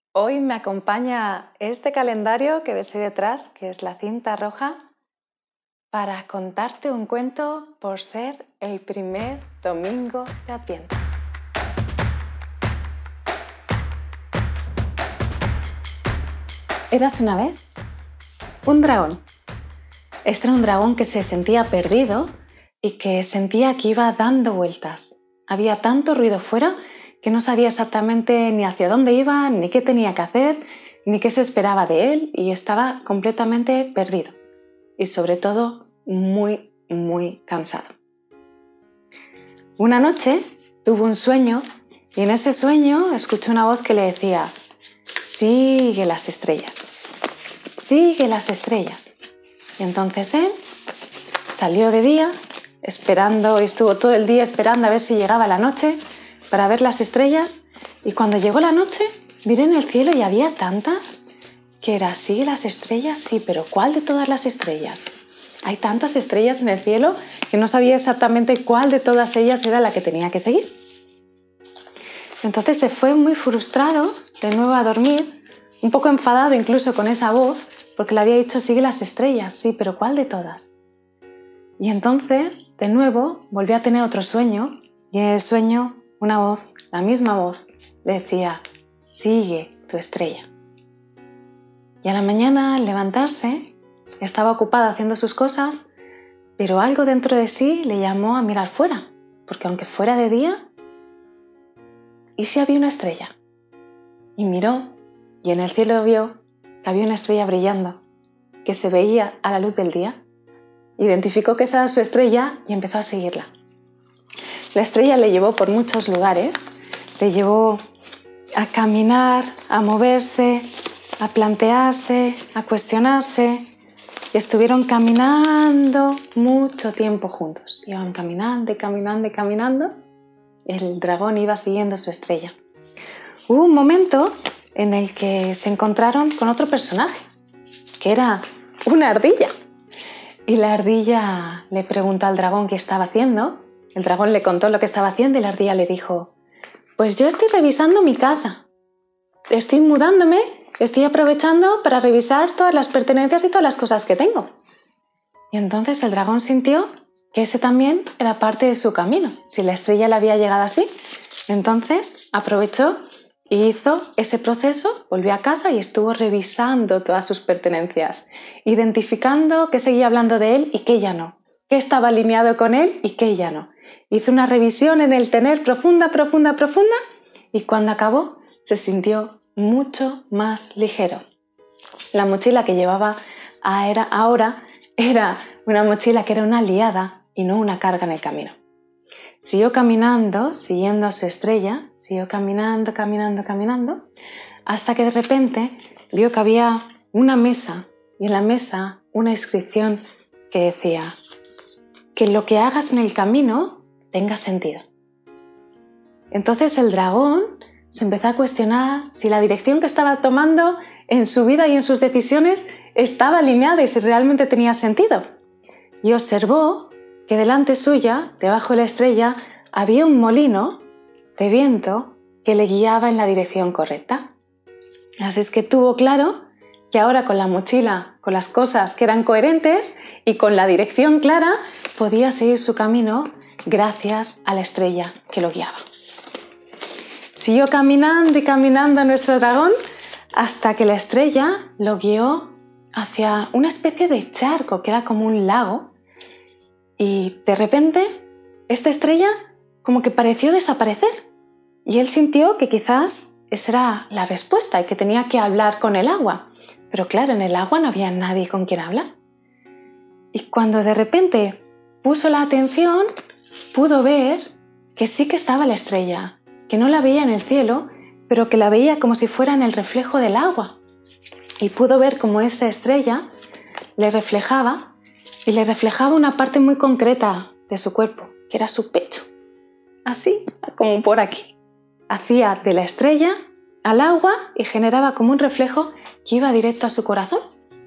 Hoy me acompaña este calendario que ves ahí detrás, que es la cinta roja, para contarte un cuento por ser el primer domingo de Adviento. Érase una vez un dragón. Este era un dragón que se sentía perdido y que sentía que iba dando vueltas. Había tanto ruido fuera que no sabía exactamente ni hacia dónde iba, ni qué tenía que hacer, ni qué se esperaba de él, y estaba completamente perdido. Y sobre todo, muy, muy cansado. Una noche tuvo un sueño y en ese sueño escuchó una voz que le decía: «Sigue las estrellas, sigue las estrellas». Y entonces él salió de día esperando, y estuvo todo el día esperando a ver si llegaba la noche para ver las estrellas, y cuando llegó la noche miré en el cielo y había tantas que era: «Sigue las estrellas, sí, pero ¿cuál de todas las estrellas?». Hay tantas estrellas en el cielo que no sabía exactamente cuál de todas ellas era la que tenía que seguir. Entonces se fue muy frustrado de nuevo a dormir, un poco enfadado incluso con esa voz, porque le había dicho: «Sigue las estrellas, sí, pero ¿cuál de todas?». Y entonces, de nuevo, volvió a tener otro sueño, y en el sueño una voz, la misma voz, le decía: «Sigue tu estrella». Y a la mañana, al levantarse, estaba ocupado haciendo sus cosas, pero algo dentro de sí le llamó a mirar fuera, porque aunque fuera de día, ¿y si había una estrella? Y miró, y en el cielo vio que había una estrella brillando, que se veía a la luz del día. Identificó que esa era su estrella y empezó a seguirla. La estrella le llevó por muchos lugares, le llevó a caminar, a moverse, a plantearse, a cuestionarse, y estuvieron caminando mucho tiempo juntos. Iban caminando y caminando y caminando. El dragón iba siguiendo su estrella. Hubo un momento en el que se encontraron con otro personaje, que era una ardilla. Y la ardilla le preguntó al dragón qué estaba haciendo. El dragón le contó lo que estaba haciendo y la ardilla le dijo: «Pues yo estoy revisando mi casa. Estoy mudándome, estoy aprovechando para revisar todas las pertenencias y todas las cosas que tengo». Y entonces el dragón sintió que ese también era parte de su camino. Si la estrella le había llegado así, entonces aprovechó y hizo ese proceso, volvió a casa y estuvo revisando todas sus pertenencias, identificando qué seguía hablando de él y qué ya no, qué estaba alineado con él y qué ya no. Hizo una revisión en el tener profunda, profunda, profunda, y cuando acabó se sintió mucho más ligero. La mochila que llevaba ahora era una mochila que era una aliada y no una carga en el camino. Siguió caminando, siguiendo a su estrella, siguió caminando, caminando, caminando, hasta que de repente vio que había una mesa, y en la mesa una inscripción que decía: «Que lo que hagas en el camino tenga sentido». Entonces el dragón se empezó a cuestionar si la dirección que estaba tomando en su vida y en sus decisiones estaba alineada y si realmente tenía sentido. Y observó que delante suya, debajo de la estrella, había un molino de viento que le guiaba en la dirección correcta. Así es que tuvo claro que ahora, con la mochila, con las cosas que eran coherentes y con la dirección clara, podía seguir su camino gracias a la estrella que lo guiaba. Siguió caminando y caminando nuestro dragón hasta que la estrella lo guió hacia una especie de charco que era como un lago, y de repente esta estrella como que pareció desaparecer y él sintió que quizás esa era la respuesta y que tenía que hablar con el agua. Pero claro, en el agua no había nadie con quien hablar. Y cuando de repente puso la atención, pudo ver que sí que estaba la estrella, que no la veía en el cielo, pero que la veía como si fuera en el reflejo del agua. Y pudo ver cómo esa estrella le reflejaba, y le reflejaba una parte muy concreta de su cuerpo, que era su pecho. Así, como por aquí. Hacía de la estrella al agua y generaba como un reflejo que iba directo a su corazón.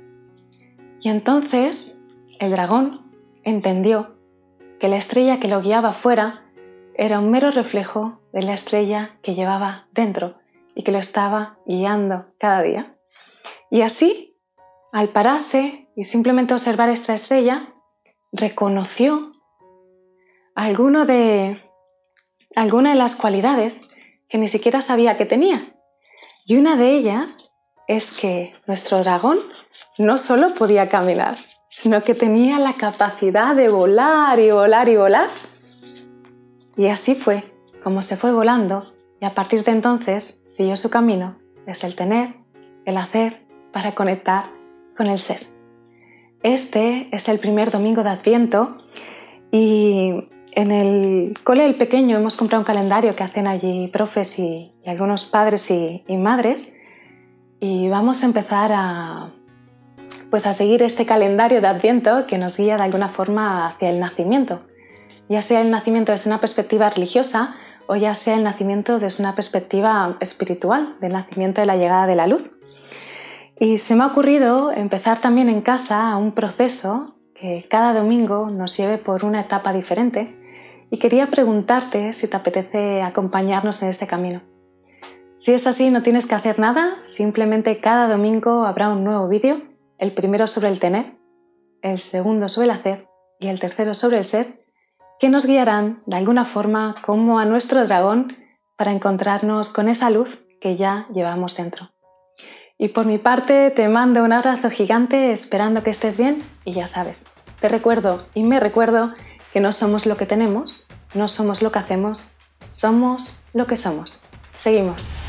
Y entonces el dragón entendió que la estrella que lo guiaba fuera era un mero reflejo de la estrella que llevaba dentro, y que lo estaba guiando cada día. Y así, al pararse y simplemente observar esta estrella, reconoció alguna de las cualidades que ni siquiera sabía que tenía. Y una de ellas es que nuestro dragón no solo podía caminar, sino que tenía la capacidad de volar y volar y volar. Y así fue como se fue volando, y a partir de entonces siguió su camino desde el tener, el hacer, para conectar con el ser. Este es el primer domingo de Adviento y en el cole del pequeño hemos comprado un calendario que hacen allí profes y algunos padres y madres, y vamos a empezar a seguir este calendario de Adviento que nos guía de alguna forma hacia el nacimiento, ya sea el nacimiento desde una perspectiva religiosa o ya sea el nacimiento desde una perspectiva espiritual, del nacimiento de la llegada de la luz. Y se me ha ocurrido empezar también en casa un proceso que cada domingo nos lleve por una etapa diferente, y quería preguntarte si te apetece acompañarnos en este camino. Si es así, no tienes que hacer nada, simplemente cada domingo habrá un nuevo vídeo, el primero sobre el tener, el segundo sobre el hacer y el tercero sobre el ser, que nos guiarán de alguna forma como a nuestro dragón para encontrarnos con esa luz que ya llevamos dentro. Y por mi parte te mando un abrazo gigante esperando que estés bien, y ya sabes, te recuerdo y me recuerdo que no somos lo que tenemos, no somos lo que hacemos, somos lo que somos. Seguimos.